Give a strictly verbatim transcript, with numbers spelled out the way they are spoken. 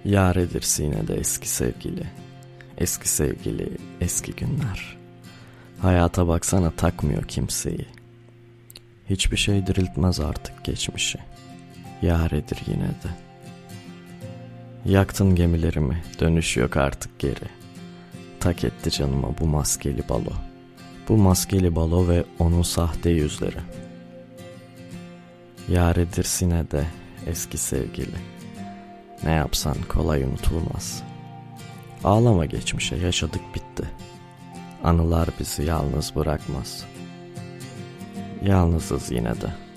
Yaredir sinede eski sevgili, eski sevgili, eski günler. Hayata baksana takmıyor kimseyi. Hiçbir şey diriltmez artık geçmişi. Yaredir yine de. Yaktın gemilerimi, dönüş yok artık geri. Tak etti canıma bu maskeli balo. Bu maskeli balo ve onun sahte yüzleri. Yaredir sinede eski sevgili. Ne yapsan kolay unutulmaz. Ağlama geçmişe, yaşadık bitti. Anılar bizi yalnız bırakmaz. Yalnızız yine de.